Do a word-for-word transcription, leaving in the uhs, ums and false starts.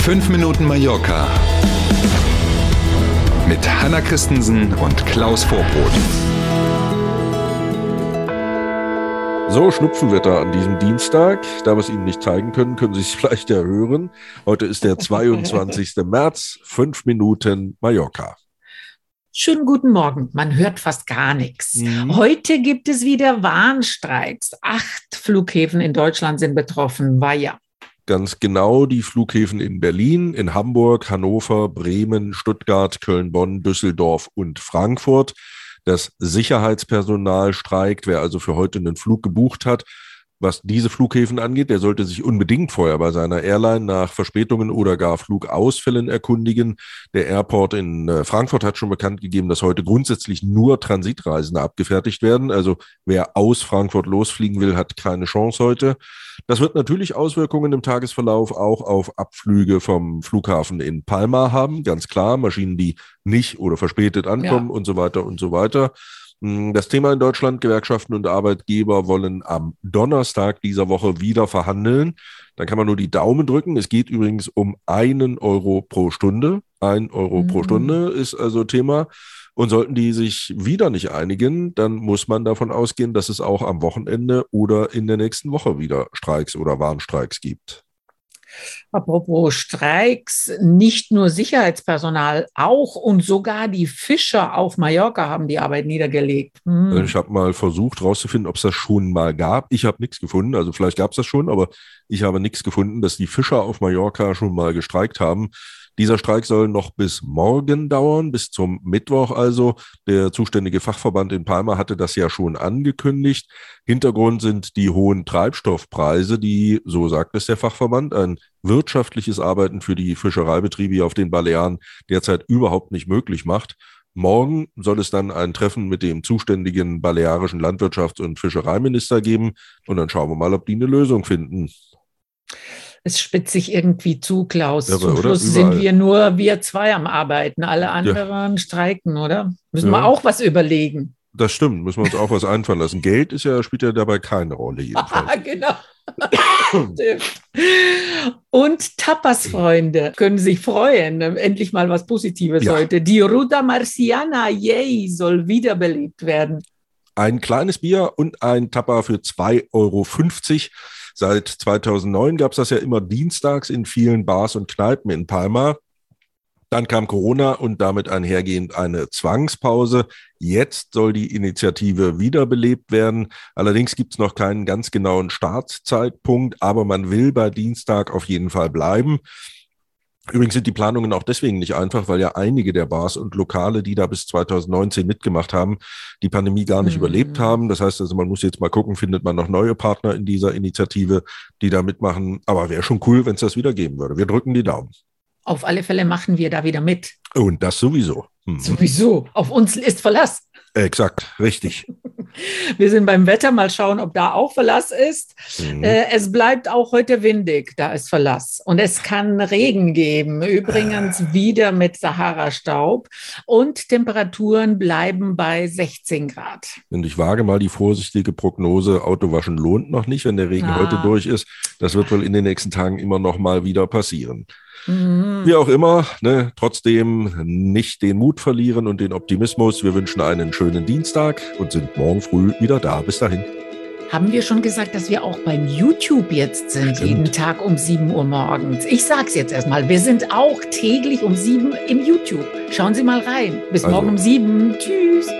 fünf Minuten Mallorca mit Hanna Christensen und Klaus Vorbrot. So, Schnupfenwetter an diesem Dienstag. Da wir es Ihnen nicht zeigen können, können Sie es vielleicht ja hören. Heute ist der zweiundzwanzigster März, fünf Minuten Mallorca. Schönen guten Morgen. Man hört fast gar nichts. Mhm. Heute gibt es wieder Warnstreiks. Acht Flughäfen in Deutschland sind betroffen. War ja. Ganz genau, die Flughäfen in Berlin, in Hamburg, Hannover, Bremen, Stuttgart, Köln, Bonn, Düsseldorf und Frankfurt. Das Sicherheitspersonal streikt. Wer also für heute einen Flug gebucht hat, was diese Flughäfen angeht, der sollte sich unbedingt vorher bei seiner Airline nach Verspätungen oder gar Flugausfällen erkundigen. Der Airport in Frankfurt hat schon bekannt gegeben, dass heute grundsätzlich nur Transitreisende abgefertigt werden. Also wer aus Frankfurt losfliegen will, hat keine Chance heute. Das wird natürlich Auswirkungen im Tagesverlauf auch auf Abflüge vom Flughafen in Palma haben. Ganz klar, Maschinen, die nicht oder verspätet ankommen, ja, und so weiter und so weiter. Das Thema in Deutschland: Gewerkschaften und Arbeitgeber wollen am Donnerstag dieser Woche wieder verhandeln. Dann kann man nur die Daumen drücken. Es geht übrigens um einen Euro pro Stunde. Ein Euro mhm. pro Stunde ist also Thema. Und sollten die sich wieder nicht einigen, dann muss man davon ausgehen, dass es auch am Wochenende oder in der nächsten Woche wieder Streiks oder Warnstreiks gibt. Apropos Streiks, nicht nur Sicherheitspersonal, auch und sogar die Fischer auf Mallorca haben die Arbeit niedergelegt. Hm. Ich habe mal versucht herauszufinden, ob es das schon mal gab. Ich habe nichts gefunden, also vielleicht gab es das schon, aber ich habe nichts gefunden, dass die Fischer auf Mallorca schon mal gestreikt haben. Dieser Streik soll noch bis morgen dauern, bis zum Mittwoch also. Der zuständige Fachverband in Palma hatte das ja schon angekündigt. Hintergrund sind die hohen Treibstoffpreise, die, so sagt es der Fachverband, ein wirtschaftliches Arbeiten für die Fischereibetriebe hier auf den Balearen derzeit überhaupt nicht möglich macht. Morgen soll es dann ein Treffen mit dem zuständigen balearischen Landwirtschafts- und Fischereiminister geben. Und dann schauen wir mal, ob die eine Lösung finden. Es spitzt sich irgendwie zu, Klaus. Ja, Zum oder? Schluss Überall. sind wir nur wir zwei am Arbeiten. Alle anderen ja. streiken, oder? Müssen ja. wir auch was überlegen. Das stimmt, müssen wir uns auch was einfallen lassen. Geld ist ja, spielt ja dabei keine Rolle jedenfalls. Genau. Und Tapas-Freunde können sich freuen. Endlich mal was Positives ja. heute. Die Ruta Marciana, yay, soll wiederbelebt werden. Ein kleines Bier und ein Tapa für zwei Euro fünfzig. Seit zweitausendneun gab es das ja immer dienstags in vielen Bars und Kneipen in Palma. Dann kam Corona und damit einhergehend eine Zwangspause. Jetzt soll die Initiative wiederbelebt werden. Allerdings gibt es noch keinen ganz genauen Startzeitpunkt, aber man will bei Dienstag auf jeden Fall bleiben. Übrigens sind die Planungen auch deswegen nicht einfach, weil ja einige der Bars und Lokale, die da bis zweitausendneunzehn mitgemacht haben, die Pandemie gar nicht mhm. überlebt haben. Das heißt also, man muss jetzt mal gucken, findet man noch neue Partner in dieser Initiative, die da mitmachen. Aber wäre schon cool, wenn es das wieder geben würde. Wir drücken die Daumen. Auf alle Fälle machen wir da wieder mit. Und das sowieso. Mhm. Sowieso. Auf uns ist Verlass. Exakt, richtig. Wir sind beim Wetter, mal schauen, ob da auch Verlass ist. Mhm. Äh, es bleibt auch heute windig, da ist Verlass. Und es kann Regen geben, übrigens ah. wieder mit Sahara-Staub. Und Temperaturen bleiben bei sechzehn Grad. Und ich wage mal die vorsichtige Prognose, Autowaschen lohnt noch nicht, wenn der Regen ah. heute durch ist. Das wird wohl in den nächsten Tagen immer noch mal wieder passieren. Mhm. Wie auch immer, ne, trotzdem nicht den Mut verlieren und den Optimismus. Wir wünschen einen schönen Dienstag und sind morgen früh wieder da. Bis dahin. Haben wir schon gesagt, dass wir auch beim YouTube jetzt sind, Stimmt. jeden Tag um sieben Uhr morgens? Ich sag's jetzt erstmal, wir sind auch täglich um sieben im YouTube. Schauen Sie mal rein. Bis also. morgen um sieben. Tschüss.